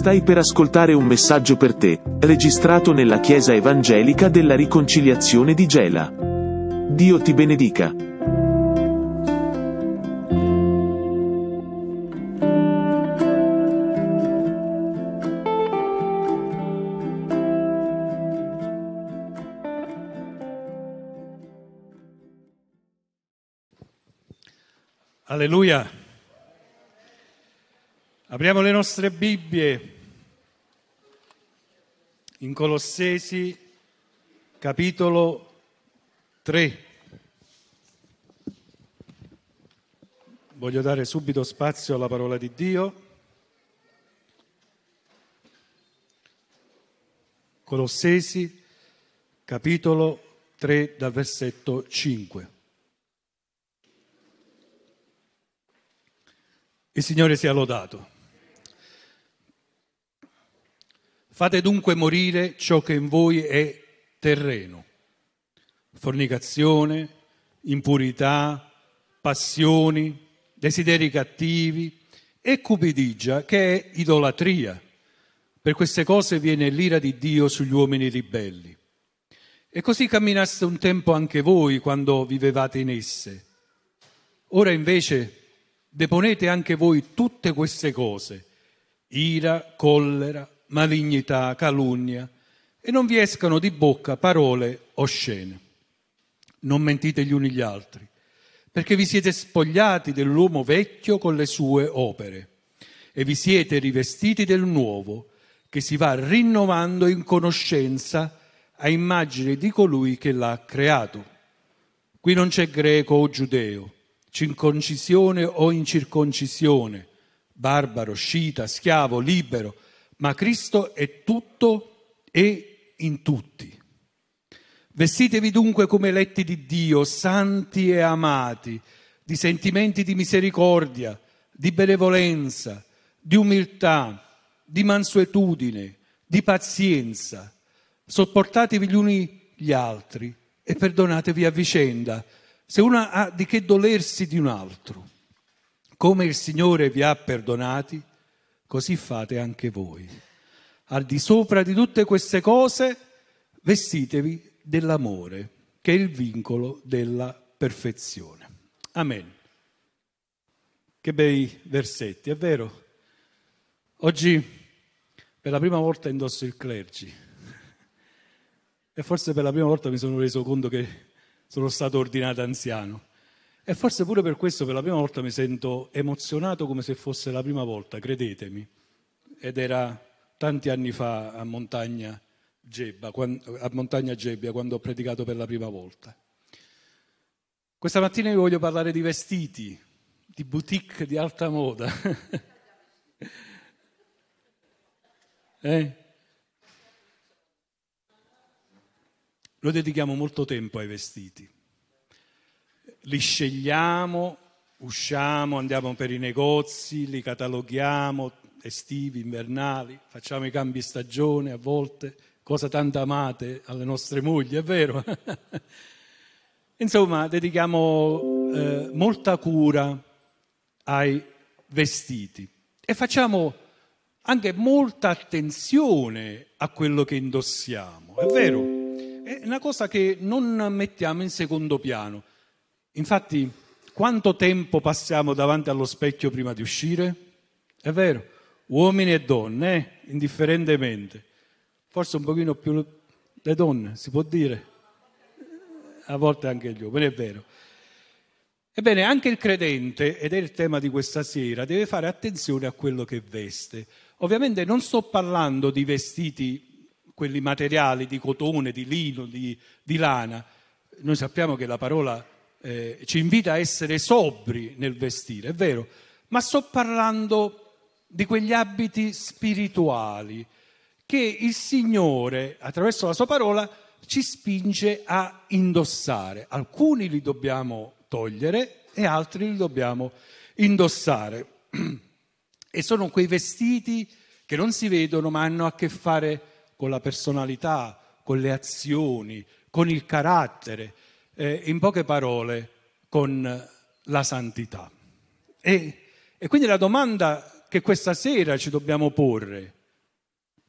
Stai per ascoltare un messaggio per te, registrato nella Chiesa Evangelica della Riconciliazione di Gela. Dio ti benedica. Alleluia. Apriamo le nostre Bibbie in Colossesi, capitolo 3. Voglio dare subito spazio alla parola di Dio. Colossesi, capitolo 3, dal versetto 5. Il Signore sia lodato. Fate dunque morire ciò che in voi è terreno: fornicazione, impurità, passioni, desideri cattivi e cupidigia, che è idolatria. Per queste cose viene l'ira di Dio sugli uomini ribelli. E così camminaste un tempo anche voi quando vivevate in esse. Ora invece deponete anche voi tutte queste cose: ira, collera, malignità, calunnia, e non vi escano di bocca parole oscene. Non mentite gli uni gli altri, perché vi siete spogliati dell'uomo vecchio con le sue opere e vi siete rivestiti del nuovo, che si va rinnovando in conoscenza a immagine di colui che l'ha creato. Qui non c'è greco o giudeo, circoncisione o incirconcisione, barbaro, scita, schiavo, libero, ma Cristo è tutto e in tutti. Vestitevi dunque come eletti di Dio, santi e amati, di sentimenti di misericordia, di benevolenza, di umiltà, di mansuetudine, di pazienza. Sopportatevi gli uni gli altri e perdonatevi a vicenda, se uno ha di che dolersi di un altro. Come il Signore vi ha perdonati, così fate anche voi. Al di sopra di tutte queste cose, vestitevi dell'amore, che è il vincolo della perfezione. Amen. Che bei versetti, è vero? Oggi per la prima volta indosso il clergy e forse per la prima volta mi sono reso conto che sono stato ordinato anziano. E forse pure per questo per la prima volta mi sento emozionato come se fosse la prima volta, credetemi. Ed era tanti anni fa a Montagna Gebbia, quando ho predicato per la prima volta. Questa mattina vi voglio parlare di vestiti, di boutique di alta moda. Noi dedichiamo molto tempo ai vestiti. Li scegliamo, usciamo, andiamo per i negozi, li cataloghiamo, estivi, invernali, facciamo i cambi stagione a volte, cosa tanto amate alle nostre mogli, è vero? Insomma, dedichiamo molta cura ai vestiti e facciamo anche molta attenzione a quello che indossiamo, è vero? È una cosa che non mettiamo in secondo piano. Infatti, quanto tempo passiamo davanti allo specchio prima di uscire? È vero? Uomini e donne, indifferentemente. Forse un pochino più le donne, si può dire? A volte anche gli uomini, è vero. Ebbene, anche il credente, ed è il tema di questa sera, deve fare attenzione a quello che veste. Ovviamente non sto parlando di vestiti, quelli materiali, di cotone, di lino, di lana. Noi sappiamo che la parola ci invita a essere sobri nel vestire, è vero? Ma sto parlando di quegli abiti spirituali che il Signore, attraverso la sua parola, ci spinge a indossare. Alcuni li dobbiamo togliere e altri li dobbiamo indossare. E sono quei vestiti che non si vedono ma hanno a che fare con la personalità, con le azioni, con il carattere, in poche parole con la santità. E quindi la domanda che questa sera ci dobbiamo porre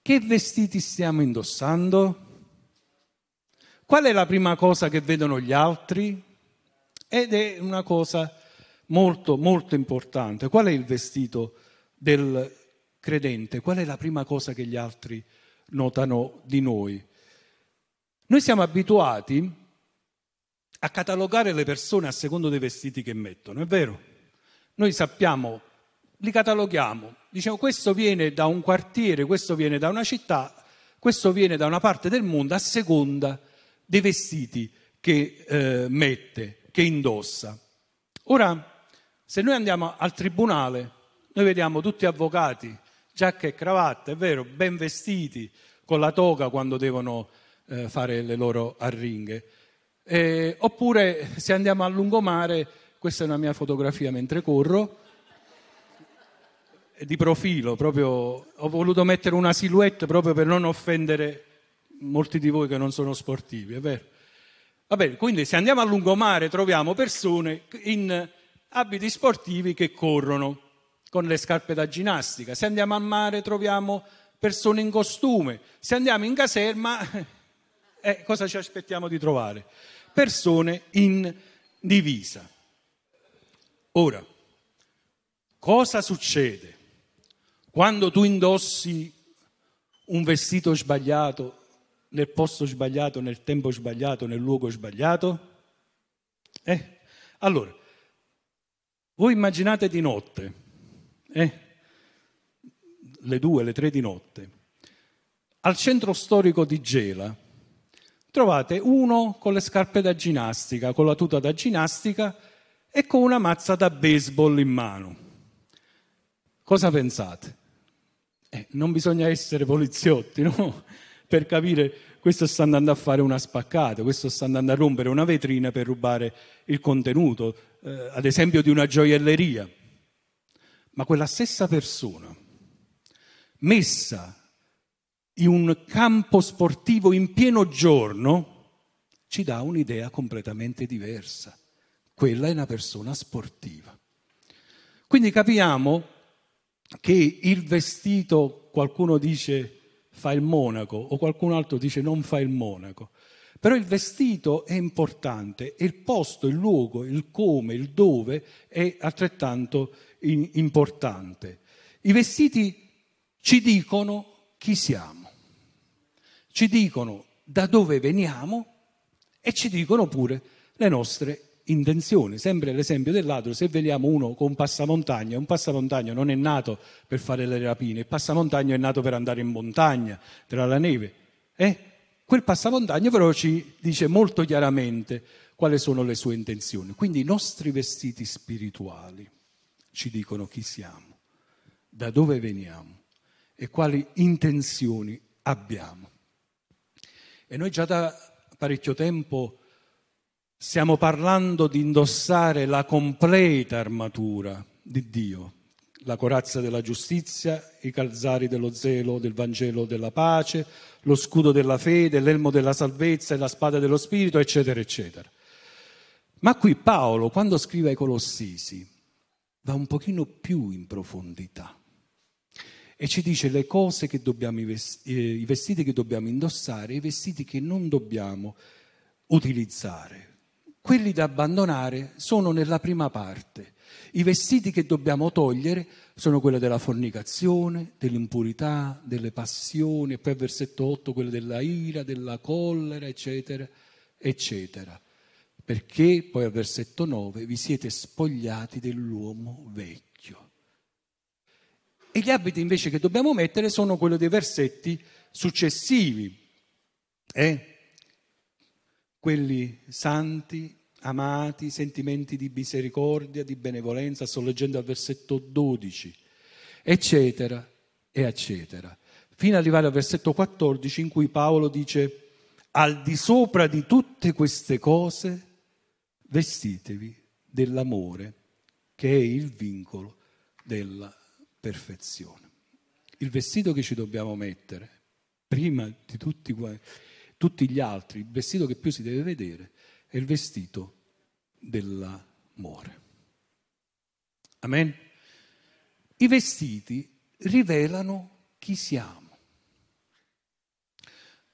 Che vestiti stiamo indossando? Qual è la prima cosa che vedono gli altri? Ed è una cosa molto, molto importante. Qual è il vestito del credente? Qual è la prima cosa che gli altri notano di noi? Noi siamo abituati a catalogare le persone a secondo dei vestiti che mettono, è vero? Noi sappiamo, li cataloghiamo, diciamo questo viene da un quartiere, questo viene da una città, questo viene da una parte del mondo a seconda dei vestiti che mette, che indossa. Ora, se noi andiamo al tribunale, noi vediamo tutti avvocati, giacca e cravatta, è vero, ben vestiti, con la toga quando devono fare le loro arringhe. Oppure se andiamo a lungomare, questa è una mia fotografia mentre corro, di profilo, proprio ho voluto mettere una silhouette proprio per non offendere molti di voi che non sono sportivi, è vero? Va bene, quindi se andiamo a lungomare troviamo persone in abiti sportivi che corrono con le scarpe da ginnastica, se andiamo al mare troviamo persone in costume, se andiamo in caserma cosa ci aspettiamo di trovare? Persone in divisa. Ora, cosa succede quando tu indossi un vestito sbagliato, nel posto sbagliato, nel tempo sbagliato, nel luogo sbagliato? Allora, voi immaginate di notte, le 2, le 3 di notte, al centro storico di Gela, trovate uno con le scarpe da ginnastica, con la tuta da ginnastica e con una mazza da baseball in mano. Cosa pensate? Non bisogna essere poliziotti, no? Per capire, questo sta andando a fare una spaccata, questo sta andando a rompere una vetrina per rubare il contenuto, ad esempio di una gioielleria. Ma quella stessa persona, messa in un campo sportivo in pieno giorno, ci dà un'idea completamente diversa. Quella è una persona sportiva. Quindi capiamo che il vestito, qualcuno dice fa il monaco o qualcun altro dice non fa il monaco, però il vestito è importante e il posto, il luogo, il come, il dove è altrettanto importante. I vestiti ci dicono chi siamo, ci dicono da dove veniamo e ci dicono pure le nostre intenzioni. Sempre l'esempio del ladro: se vediamo uno con un passamontagna non è nato per fare le rapine, il passamontagna è nato per andare in montagna tra la neve. Quel passamontagna però ci dice molto chiaramente quali sono le sue intenzioni. Quindi i nostri vestiti spirituali ci dicono chi siamo, da dove veniamo e quali intenzioni abbiamo. E noi già da parecchio tempo stiamo parlando di indossare la completa armatura di Dio, la corazza della giustizia, i calzari dello zelo del Vangelo della pace, lo scudo della fede, l'elmo della salvezza e la spada dello Spirito, eccetera, eccetera. Ma qui Paolo, quando scrive ai Colossesi, va un pochino più in profondità e ci dice le cose che dobbiamo, i vestiti che dobbiamo indossare e i vestiti che non dobbiamo utilizzare. Quelli da abbandonare sono nella prima parte. I vestiti che dobbiamo togliere sono quelli della fornicazione, dell'impurità, delle passioni, e poi al versetto 8 quelli della ira, della collera, eccetera, eccetera. Perché poi al versetto 9 vi siete spogliati dell'uomo vecchio. E gli abiti invece che dobbiamo mettere sono quelli dei versetti successivi. Quelli santi, amati, sentimenti di misericordia, di benevolenza, sto leggendo al versetto 12, eccetera, e eccetera. Fino ad arrivare al versetto 14 in cui Paolo dice: al di sopra di tutte queste cose vestitevi dell'amore, che è il vincolo della perfezione. Il vestito che ci dobbiamo mettere, prima di tutti gli altri, il vestito che più si deve vedere è il vestito dell'amore. Amen? I vestiti rivelano chi siamo.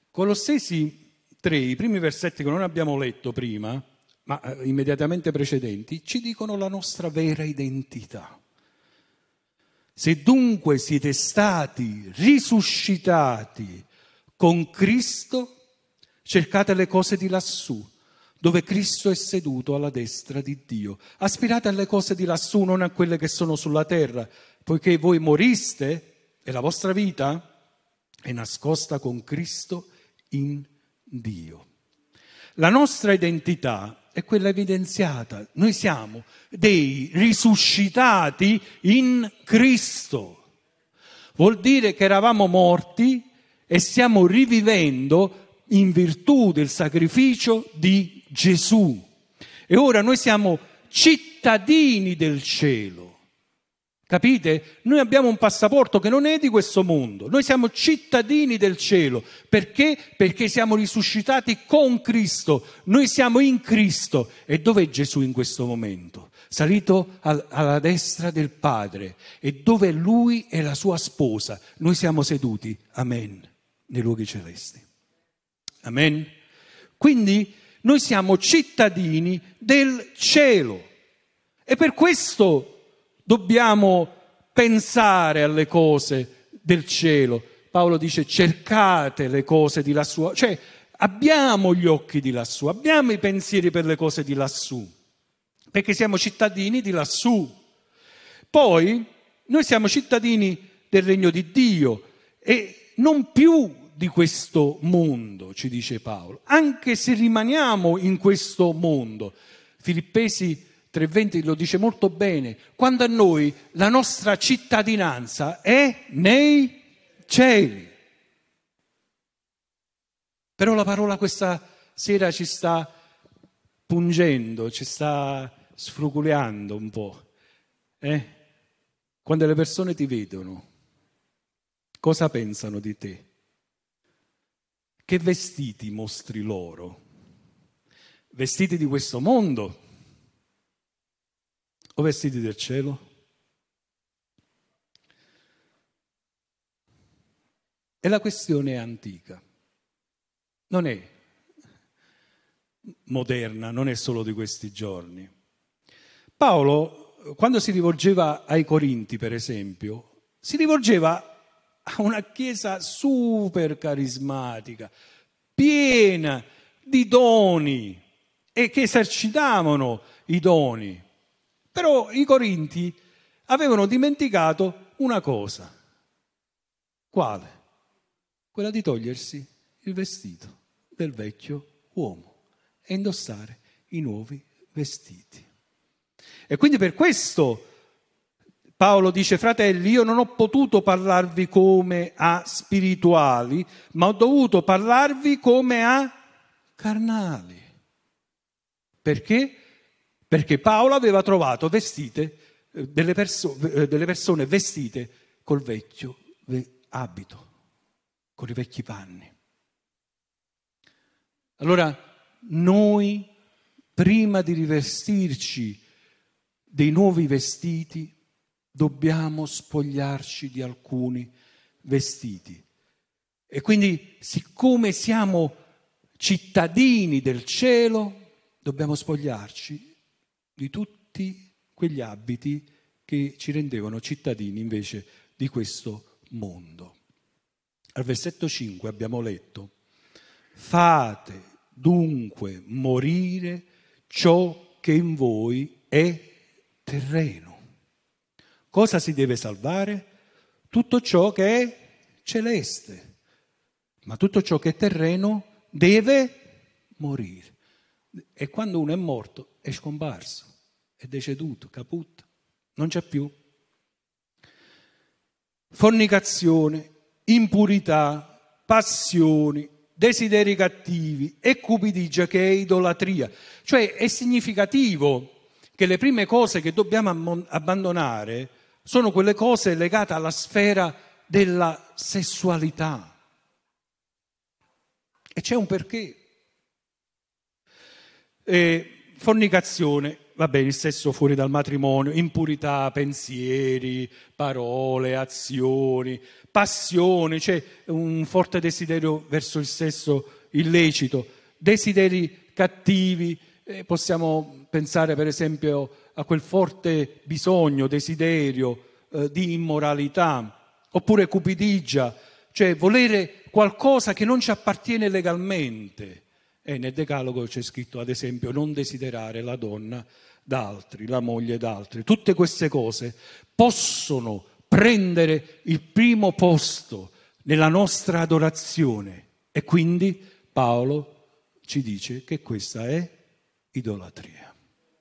Colossesi 3, i primi versetti che non abbiamo letto prima, ma immediatamente precedenti, ci dicono la nostra vera identità. Se dunque siete stati risuscitati con Cristo, cercate le cose di lassù, dove Cristo è seduto alla destra di Dio. Aspirate alle cose di lassù, non a quelle che sono sulla terra, poiché voi moriste e la vostra vita è nascosta con Cristo in Dio. La nostra identità è quella evidenziata. Noi siamo dei risuscitati in Cristo. Vuol dire che eravamo morti e stiamo rivivendo in virtù del sacrificio di Gesù. E ora noi siamo cittadini del cielo. Capite? Noi abbiamo un passaporto che non è di questo mondo. Noi siamo cittadini del cielo. Perché? Perché siamo risuscitati con Cristo. Noi siamo in Cristo. E dov'è Gesù in questo momento? Salito alla destra del Padre. E dove Lui e la sua sposa. Noi siamo seduti, amen, nei luoghi celesti. Amen. Quindi noi siamo cittadini del cielo. E per questo dobbiamo pensare alle cose del cielo. Paolo dice cercate le cose di lassù, cioè abbiamo gli occhi di lassù, abbiamo i pensieri per le cose di lassù, perché siamo cittadini di lassù. Poi noi siamo cittadini del regno di Dio e non più di questo mondo, ci dice Paolo, anche se rimaniamo in questo mondo. Filippesi 3:20 lo dice molto bene, quando a noi la nostra cittadinanza è nei cieli. Però la parola questa sera ci sta pungendo, ci sta sfruguleando un po'. Quando le persone ti vedono, cosa pensano di te? Che vestiti mostri loro? Vestiti di questo mondo? O vestiti del cielo? E la questione è antica, non è moderna, non è solo di questi giorni. Paolo, quando si rivolgeva ai Corinti, per esempio, si rivolgeva a una chiesa super carismatica, piena di doni e che esercitavano i doni. Però i Corinti avevano dimenticato una cosa. Quale? Quella di togliersi il vestito del vecchio uomo e indossare i nuovi vestiti. E quindi per questo Paolo dice: fratelli, io non ho potuto parlarvi come a spirituali, ma ho dovuto parlarvi come a carnali. Perché? Perché Paolo aveva trovato vestite delle persone vestite col vecchio abito, con i vecchi panni. Allora noi, prima di rivestirci dei nuovi vestiti, dobbiamo spogliarci di alcuni vestiti. E quindi, siccome siamo cittadini del cielo, dobbiamo spogliarci di tutti quegli abiti che ci rendevano cittadini invece di questo mondo. Al versetto 5 abbiamo letto: fate dunque morire ciò che in voi è terreno. Cosa si deve salvare? Tutto ciò che è celeste, ma tutto ciò che è terreno deve morire. E quando uno è morto è scomparso, è deceduto, caput, non c'è più. Fornicazione, impurità, passioni, desideri cattivi e cupidigia, che è idolatria. Cioè è significativo che le prime cose che dobbiamo abbandonare sono quelle cose legate alla sfera della sessualità. E c'è un perché. Fornicazione. va bene, il sesso fuori dal matrimonio, impurità, pensieri, parole, azioni, passioni, c'è un forte desiderio verso il sesso illecito, desideri cattivi, possiamo pensare per esempio a quel forte bisogno, desiderio di immoralità, oppure cupidigia, cioè volere qualcosa che non ci appartiene legalmente. E nel Decalogo c'è scritto, ad esempio, non desiderare la donna d'altri, la moglie d'altri. Tutte queste cose possono prendere il primo posto nella nostra adorazione e quindi Paolo ci dice che questa è idolatria.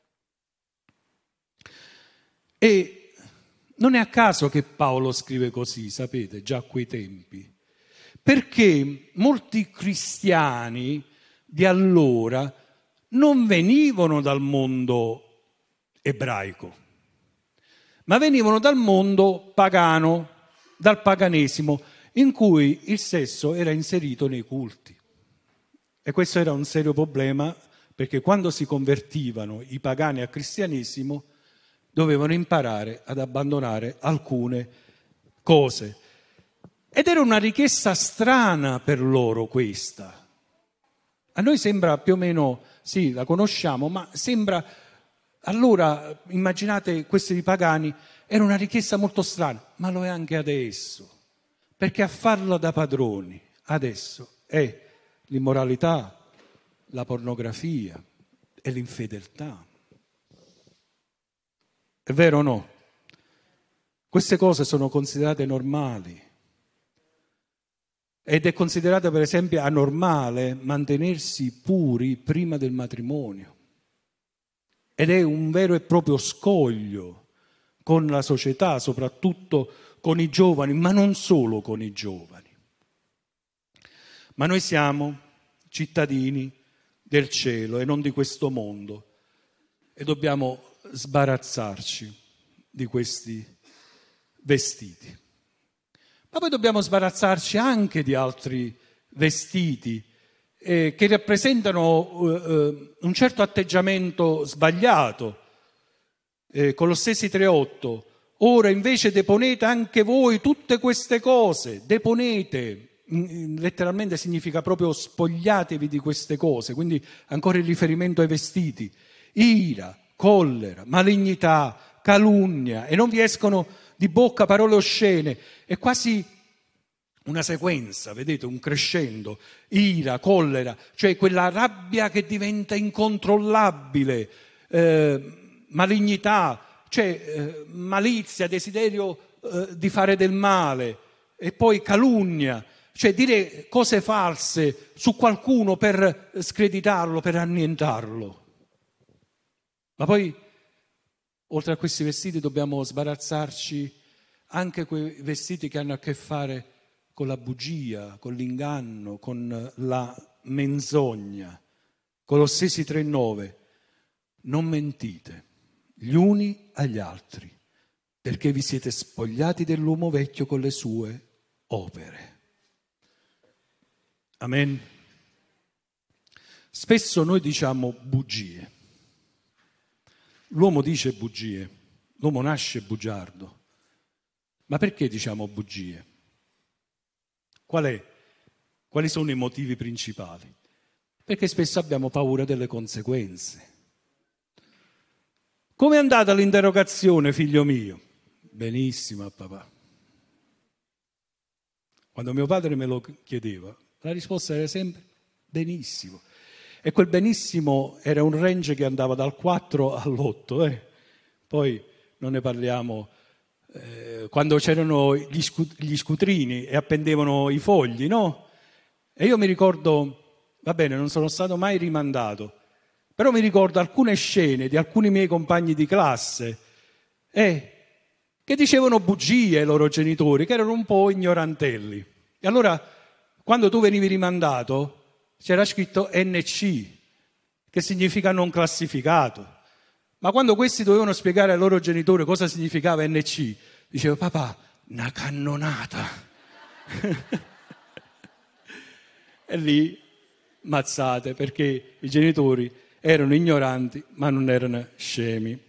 E non è a caso che Paolo scrive così, sapete, già a quei tempi, perché molti cristiani di allora non venivano dal mondo ebraico, ma venivano dal mondo pagano, dal paganesimo, in cui il sesso era inserito nei culti. E questo era un serio problema, perché quando si convertivano i pagani al cristianesimo dovevano imparare ad abbandonare alcune cose. Ed era una richiesta strana per loro questa. A noi sembra più o meno, sì, la conosciamo, ma sembra, allora immaginate questi pagani, era una richiesta molto strana, ma lo è anche adesso, perché a farla da padroni adesso è l'immoralità, la pornografia e l'infedeltà. È vero o no? Queste cose sono considerate normali. Ed è considerata per esempio anormale mantenersi puri prima del matrimonio. Ed è un vero e proprio scoglio con la società, soprattutto con i giovani, ma non solo con i giovani. Ma noi siamo cittadini del cielo e non di questo mondo e dobbiamo sbarazzarci di questi vestiti. Ma poi dobbiamo sbarazzarci anche di altri vestiti che rappresentano un certo atteggiamento sbagliato. Colossesi 3,8: ora invece deponete anche voi tutte queste cose, deponete, letteralmente significa proprio spogliatevi di queste cose, quindi ancora il riferimento ai vestiti, ira, collera, malignità, calunnia, e non vi escono di bocca parole oscene. È quasi una sequenza, vedete, un crescendo, ira, collera, cioè quella rabbia che diventa incontrollabile, malignità, cioè malizia, desiderio di fare del male, e poi calunnia, cioè dire cose false su qualcuno per screditarlo, per annientarlo. Ma poi, oltre a questi vestiti, dobbiamo sbarazzarci anche quei vestiti che hanno a che fare con la bugia, con l'inganno, con la menzogna. Colossesi 3,9: non mentite gli uni agli altri, perché vi siete spogliati dell'uomo vecchio con le sue opere. Amen. Spesso noi diciamo bugie. L'uomo dice bugie, l'uomo nasce bugiardo. Ma perché diciamo bugie? Quali sono i motivi principali? Perché spesso abbiamo paura delle conseguenze. Come è andata l'interrogazione, figlio mio? Benissimo, papà. Quando mio padre me lo chiedeva, la risposta era sempre benissimo. E quel benissimo era un range che andava dal 4 all'8. Poi non ne parliamo quando c'erano gli scutrini e appendevano i fogli, no? E io mi ricordo, va bene, non sono stato mai rimandato, però mi ricordo alcune scene di alcuni miei compagni di classe che dicevano bugie ai loro genitori, che erano un po' ignorantelli. E allora, quando tu venivi rimandato, c'era scritto NC, che significa non classificato. Ma quando questi dovevano spiegare ai loro genitori cosa significava NC, diceva: papà, una cannonata. E lì mazzate, perché i genitori erano ignoranti, ma non erano scemi.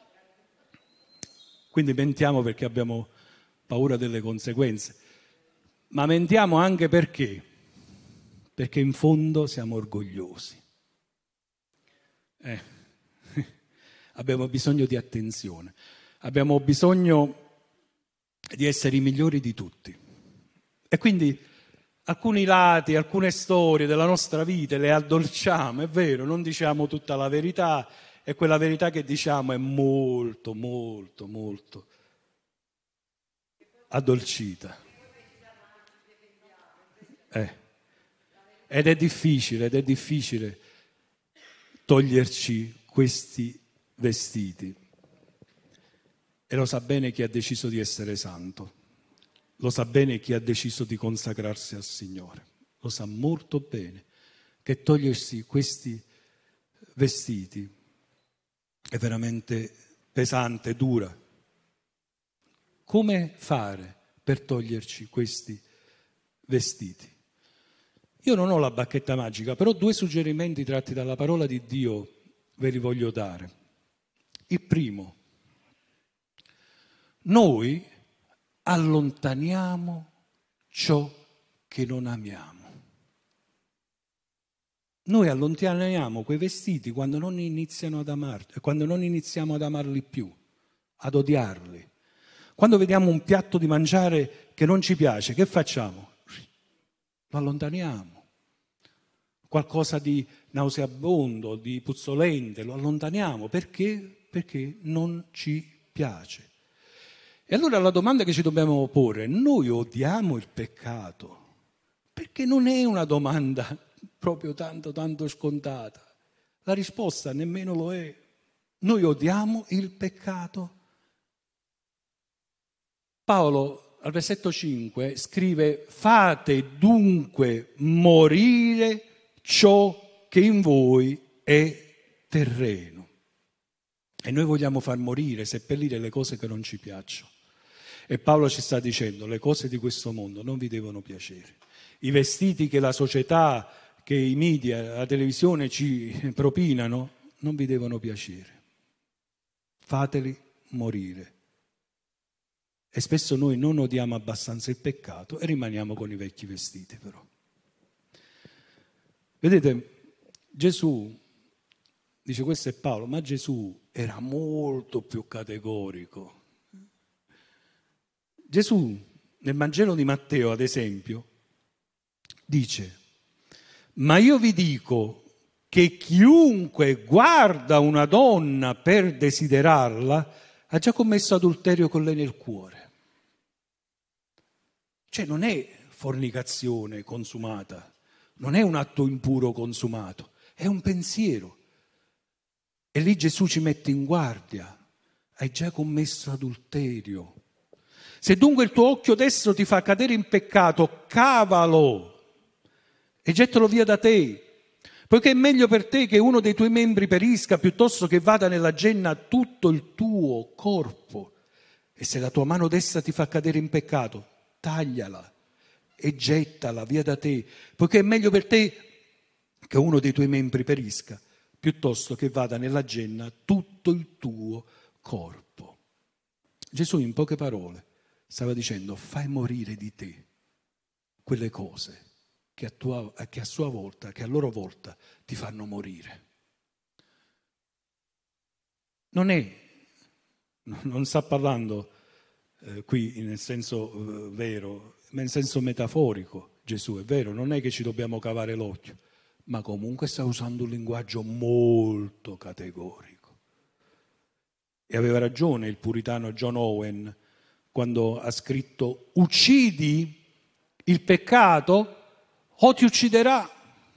Quindi mentiamo perché abbiamo paura delle conseguenze, ma mentiamo anche perché in fondo siamo orgogliosi. Abbiamo bisogno di attenzione, abbiamo bisogno di essere i migliori di tutti. E quindi alcuni lati, alcune storie della nostra vita le addolciamo, è vero, non diciamo tutta la verità, e quella verità che diciamo è molto, molto, molto addolcita. Ed è difficile toglierci questi vestiti. E lo sa bene chi ha deciso di essere santo, lo sa bene chi ha deciso di consacrarsi al Signore, lo sa molto bene che togliersi questi vestiti è veramente pesante, dura. Come fare per toglierci questi vestiti? Io non ho la bacchetta magica, però 2 suggerimenti tratti dalla parola di Dio ve li voglio dare. Il primo: noi allontaniamo ciò che non amiamo. Noi allontaniamo quei vestiti quando non iniziamo ad amarli più, ad odiarli. Quando vediamo un piatto di mangiare che non ci piace, che facciamo? Lo allontaniamo. Qualcosa di nauseabondo, di puzzolente, lo allontaniamo. Perché? Perché non ci piace. E allora la domanda che ci dobbiamo porre: noi odiamo il peccato? Perché non è una domanda proprio tanto scontata. La risposta nemmeno lo è. Noi odiamo il peccato? Paolo al versetto 5 scrive: fate dunque morire ciò che in voi è terreno. E noi vogliamo far morire, seppellire le cose che non ci piacciono. E Paolo ci sta dicendo: le cose di questo mondo non vi devono piacere. I vestiti che la società, che i media, la televisione ci propinano, non vi devono piacere. Fateli morire. E spesso noi non odiamo abbastanza il peccato e rimaniamo con i vecchi vestiti, però. Vedete, Gesù, dice questo è Paolo, ma Gesù era molto più categorico. Gesù, nel Vangelo di Matteo, ad esempio, dice: ma io vi dico che chiunque guarda una donna per desiderarla ha già commesso adulterio con lei nel cuore. Cioè non è fornicazione consumata, non è un atto impuro consumato, è un pensiero. E lì Gesù ci mette in guardia: hai già commesso adulterio. Se dunque il tuo occhio destro ti fa cadere in peccato, cavalo e gettalo via da te, poiché è meglio per te che uno dei tuoi membri perisca piuttosto che vada nella genna tutto il tuo corpo. E se la tua mano destra ti fa cadere in peccato, tagliala e gettala via da te, poiché è meglio per te che uno dei tuoi membri perisca piuttosto che vada nella genna tutto il tuo corpo. Gesù, in poche parole, stava dicendo: fai morire di te quelle cose che a sua volta, che a loro volta ti fanno morire. Non sta parlando qui nel senso vero, ma nel senso metaforico. Gesù, è vero, non è che ci dobbiamo cavare l'occhio, ma comunque sta usando un linguaggio molto categorico. E aveva ragione il puritano John Owen quando ha scritto: uccidi il peccato o ti ucciderà.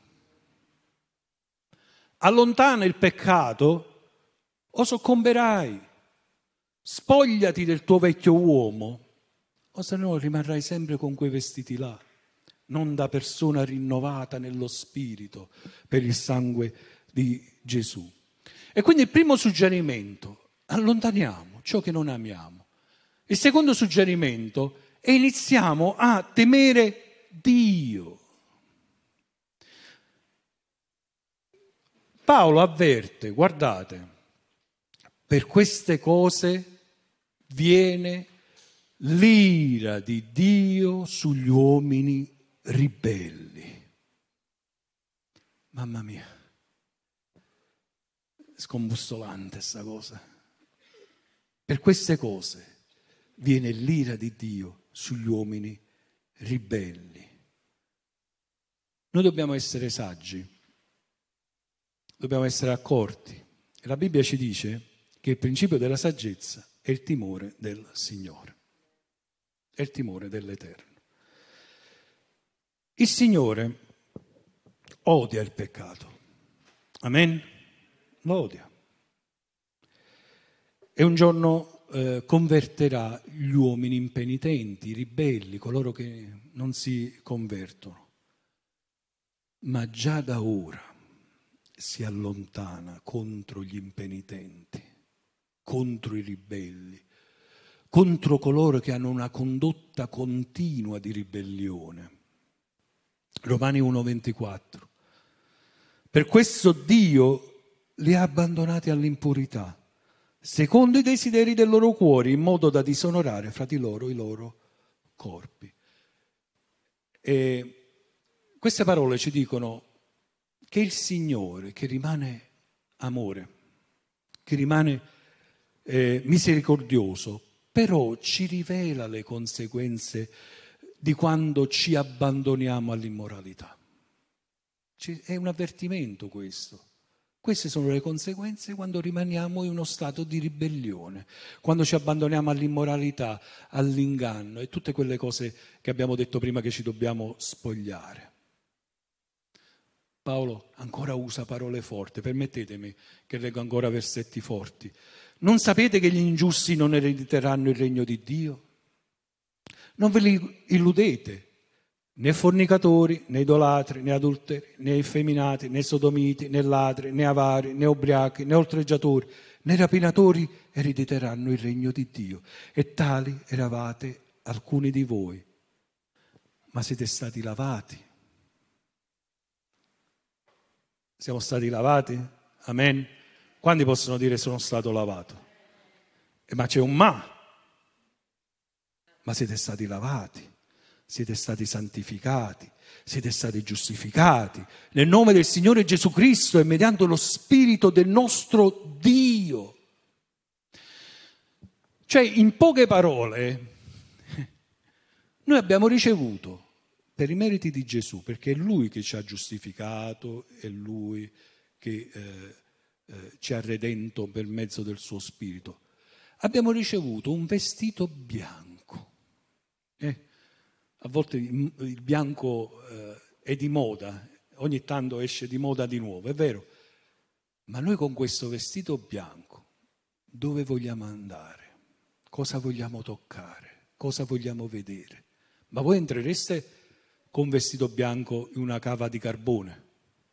Allontana il peccato o soccomberai. Spogliati del tuo vecchio uomo, o se no rimarrai sempre con quei vestiti là, non da persona rinnovata nello spirito per il sangue di Gesù. E quindi il primo suggerimento: allontaniamo ciò che non amiamo. Il secondo suggerimento è: iniziamo a temere Dio. Paolo avverte, guardate, per queste cose viene l'ira di Dio sugli uomini ribelli. Mamma mia, scombussolante sta cosa. Per queste cose viene l'ira di Dio sugli uomini ribelli. Noi dobbiamo essere saggi, dobbiamo essere accorti. E la Bibbia ci dice che il principio della saggezza è il timore del Signore, è il timore dell'Eterno. Il Signore odia il peccato, amen? Lo odia. E un giorno converterà gli uomini impenitenti, i ribelli, coloro che non si convertono. Ma già da ora si allontana contro gli impenitenti, contro i ribelli, contro coloro che hanno una condotta continua di ribellione. Romani 1,24. Per questo Dio li ha abbandonati all'impurità, secondo i desideri del loro cuore, in modo da disonorare fra di loro i loro corpi. E queste parole ci dicono che il Signore, che rimane amore, che rimane misericordioso, però ci rivela le conseguenze di quando ci abbandoniamo all'immoralità. È un avvertimento questo. Queste sono le conseguenze quando rimaniamo in uno stato di ribellione, quando ci abbandoniamo all'immoralità, all'inganno e tutte quelle cose che abbiamo detto prima che ci dobbiamo spogliare. Paolo ancora usa parole forti, permettetemi che leggo ancora versetti forti. Non sapete che gli ingiusti non erediteranno il regno di Dio? Non ve li illudete. Né fornicatori, né idolatri, né adulteri, né effeminati, né sodomiti, né ladri, né avari, né ubriachi, né oltraggiatori, né rapinatori erediteranno il regno di Dio. E tali eravate alcuni di voi. Ma siete stati lavati. Siamo stati lavati? Amen. Quanti possono dire sono stato lavato? Ma c'è un ma. Ma siete stati lavati. Siete stati santificati, siete stati giustificati nel nome del Signore Gesù Cristo e mediante lo Spirito del nostro Dio. Cioè, in poche parole, noi abbiamo ricevuto per i meriti di Gesù, perché è Lui che ci ha giustificato, è Lui che ci ha redento per mezzo del suo Spirito. Abbiamo ricevuto un vestito bianco. A volte il bianco è di moda, ogni tanto esce di moda di nuovo, è vero? Ma noi con questo vestito bianco dove vogliamo andare? Cosa vogliamo toccare? Cosa vogliamo vedere? Ma voi entrereste con vestito bianco in una cava di carbone?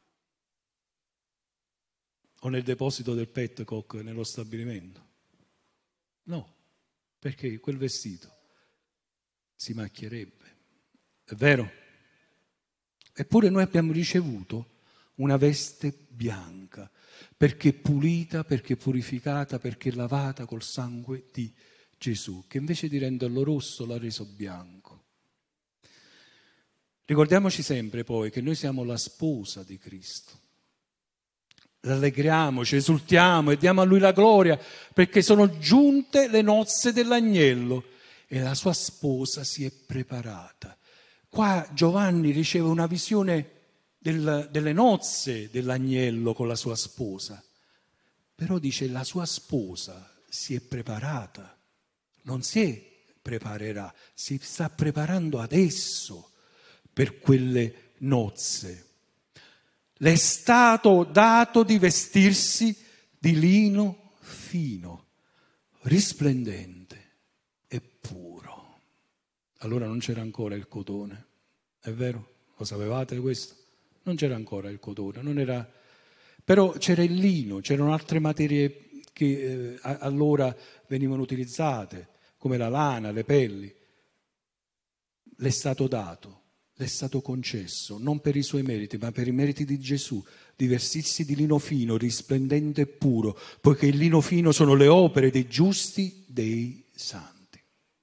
O nel deposito del Petcock nello stabilimento? No, perché quel vestito si macchierebbe. È vero? Eppure noi abbiamo ricevuto una veste bianca, perché pulita, perché purificata, perché lavata col sangue di Gesù, che invece di renderlo rosso l'ha reso bianco. Ricordiamoci sempre poi che noi siamo la sposa di Cristo. Rallegriamoci, esultiamo e diamo a Lui la gloria, perché sono giunte le nozze dell'agnello e la sua sposa si è preparata. Qua Giovanni riceve una visione delle nozze dell'agnello con la sua sposa, però dice la sua sposa si è preparata, non preparerà, si sta preparando adesso per quelle nozze. Le è stato dato di vestirsi di lino fino, risplendente e puro. Allora non c'era ancora il cotone, è vero? Lo sapevate questo? Non c'era ancora il cotone, non era... però c'era il lino, c'erano altre materie che allora venivano utilizzate, come la lana, le pelli. Le è stato dato le è stato concesso, non per i suoi meriti, ma per i meriti di Gesù, di vestirsi di lino fino, risplendente e puro, poiché il lino fino sono le opere dei giusti, dei santi.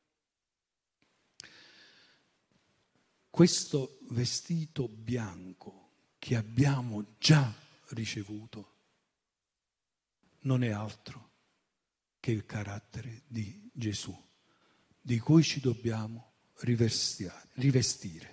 Questo vestito bianco che abbiamo già ricevuto non è altro che il carattere di Gesù, di cui ci dobbiamo rivestire.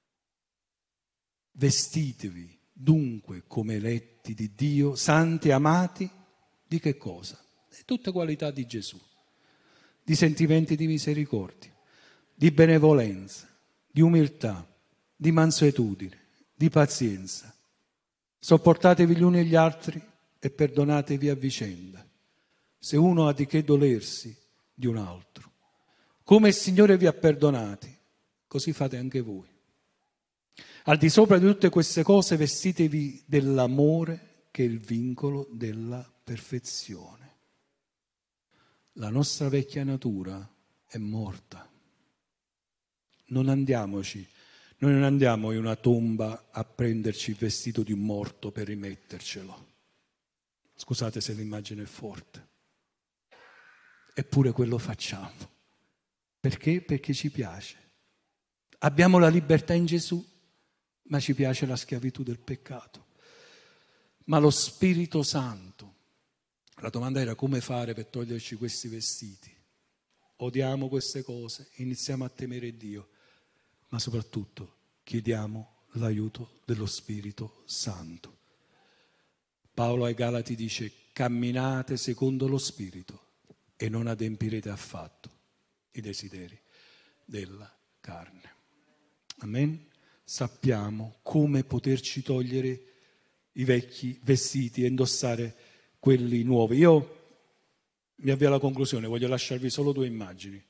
Vestitevi dunque come eletti di Dio, santi e amati, di che cosa? Di tutte qualità di Gesù, di sentimenti di misericordia, di benevolenza, di umiltà, di mansuetudine, di pazienza. Sopportatevi gli uni gli altri e perdonatevi a vicenda, se uno ha di che dolersi di un altro. Come il Signore vi ha perdonati, così fate anche voi. Al di sopra di tutte queste cose vestitevi dell'amore, che è il vincolo della perfezione. La nostra vecchia natura è morta. Noi non andiamo in una tomba a prenderci il vestito di un morto per rimettercelo. Scusate se l'immagine è forte. Eppure quello facciamo. Perché? Perché ci piace. Abbiamo la libertà in Gesù, ma ci piace la schiavitù del peccato. Ma lo Spirito Santo, la domanda era come fare per toglierci questi vestiti. Odiamo queste cose, iniziamo a temere Dio, ma soprattutto chiediamo l'aiuto dello Spirito Santo. Paolo ai Galati dice: camminate secondo lo Spirito e non adempirete affatto i desideri della carne. Amen? Sappiamo come poterci togliere i vecchi vestiti e indossare quelli nuovi. Io mi avvio alla conclusione, voglio lasciarvi solo 2 immagini.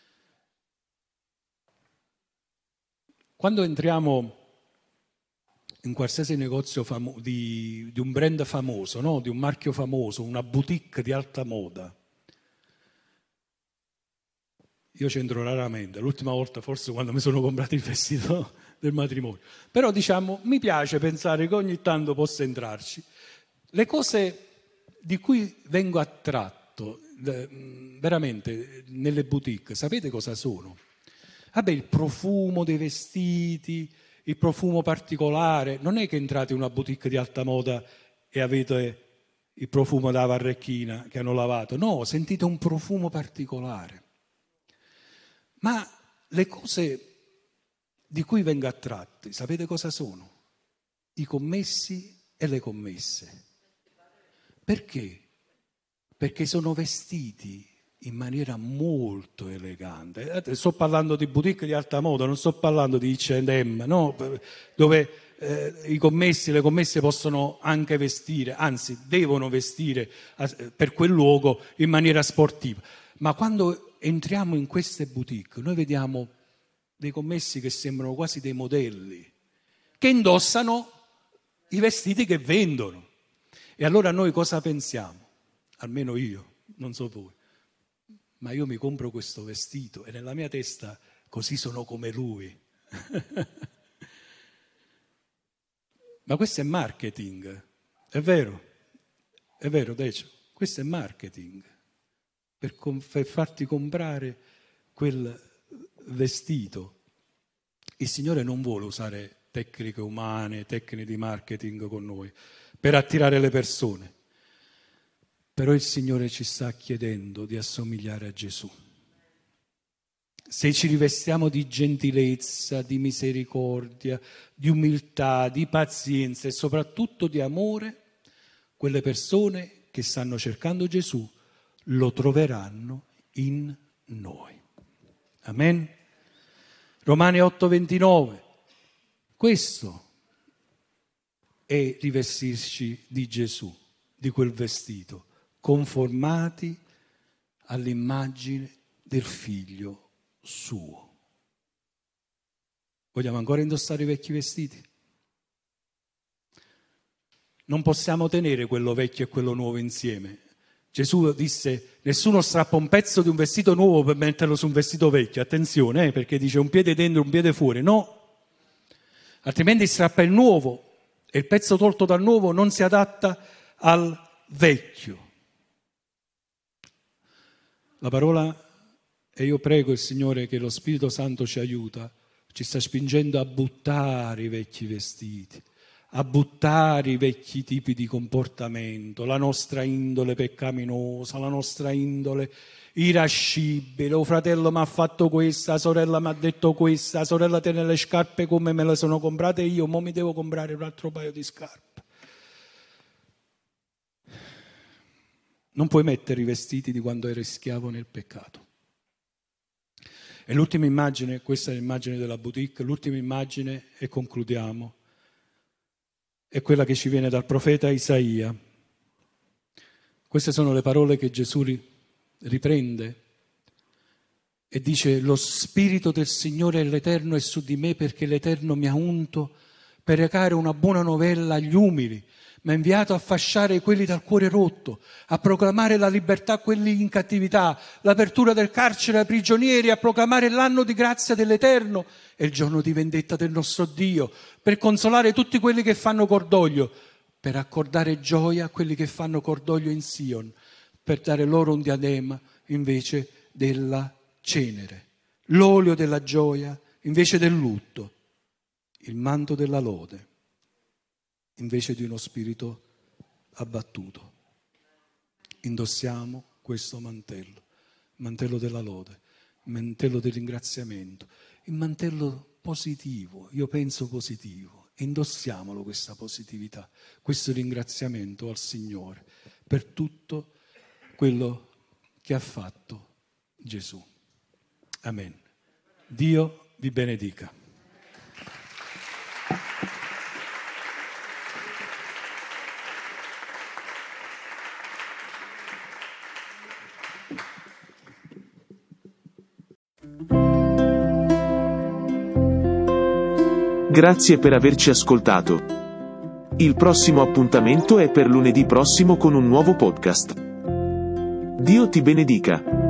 Quando entriamo in qualsiasi negozio di un brand famoso, no? Di un marchio famoso, una boutique di alta moda, io ci entro raramente, l'ultima volta forse quando mi sono comprato il vestito del matrimonio, però diciamo mi piace pensare che ogni tanto possa entrarci. Le cose di cui vengo attratto veramente nelle boutique, sapete cosa sono? Vabbè, il profumo dei vestiti, il profumo particolare. Non è che entrate in una boutique di alta moda e avete il profumo da varrecchina che hanno lavato, no, sentite un profumo particolare. Ma le cose di cui vengo attratti, sapete cosa sono? I commessi e le commesse. Perché? Perché sono vestiti in maniera molto elegante. Sto parlando di boutique di alta moda, non sto parlando di H&M, no? Dove i commessi e le commesse possono anche vestire, anzi devono vestire per quel luogo in maniera sportiva. Ma quando entriamo in queste boutique, noi vediamo dei commessi che sembrano quasi dei modelli, che indossano i vestiti che vendono. E allora noi cosa pensiamo? Almeno io, non so voi, ma io mi compro questo vestito e nella mia testa così sono come lui. Ma questo è marketing, è vero, Decio, questo è marketing. Per farti comprare quel vestito. Il Signore non vuole usare tecniche umane, tecniche di marketing con noi, per attirare le persone. Però il Signore ci sta chiedendo di assomigliare a Gesù. Se ci rivestiamo di gentilezza, di misericordia, di umiltà, di pazienza e soprattutto di amore, quelle persone che stanno cercando Gesù lo troveranno in noi. Amen. Romani 8:29. Questo è rivestirci di Gesù, di quel vestito, conformati all'immagine del Figlio suo. Vogliamo ancora indossare i vecchi vestiti? Non possiamo tenere quello vecchio e quello nuovo insieme. Gesù disse: nessuno strappa un pezzo di un vestito nuovo per metterlo su un vestito vecchio. Attenzione, perché dice un piede dentro, un piede fuori. No, altrimenti strappa il nuovo e il pezzo tolto dal nuovo non si adatta al vecchio. La parola, e io prego il Signore che lo Spirito Santo ci aiuta, ci sta spingendo a buttare i vecchi vestiti, a buttare i vecchi tipi di comportamento, la nostra indole peccaminosa, la nostra indole irascibile. Oh, fratello mi ha fatto questa, sorella mi ha detto questa, sorella tiene le scarpe come me le sono comprate io, mo mi devo comprare un altro paio di scarpe. Non puoi mettere i vestiti di quando eri schiavo nel peccato. E l'ultima immagine, questa è l'immagine della boutique, l'ultima immagine, e concludiamo, è quella che ci viene dal profeta Isaia. Queste sono le parole che Gesù riprende e dice: lo Spirito del Signore l'Eterno è su di me, perché l'Eterno mi ha unto per recare una buona novella agli umili, mi ha inviato a fasciare quelli dal cuore rotto, a proclamare la libertà a quelli in cattività, l'apertura del carcere ai prigionieri, a proclamare l'anno di grazia dell'Eterno e il giorno di vendetta del nostro Dio, per consolare tutti quelli che fanno cordoglio, per accordare gioia a quelli che fanno cordoglio in Sion, per dare loro un diadema invece della cenere, l'olio della gioia invece del lutto, il manto della lode invece di uno spirito abbattuto. Indossiamo questo mantello, il mantello della lode, il mantello del ringraziamento, il mantello positivo, io penso positivo. Indossiamolo questa positività, questo ringraziamento al Signore per tutto quello che ha fatto Gesù. Amen. Dio vi benedica. Grazie per averci ascoltato. Il prossimo appuntamento è per lunedì prossimo con un nuovo podcast. Dio ti benedica.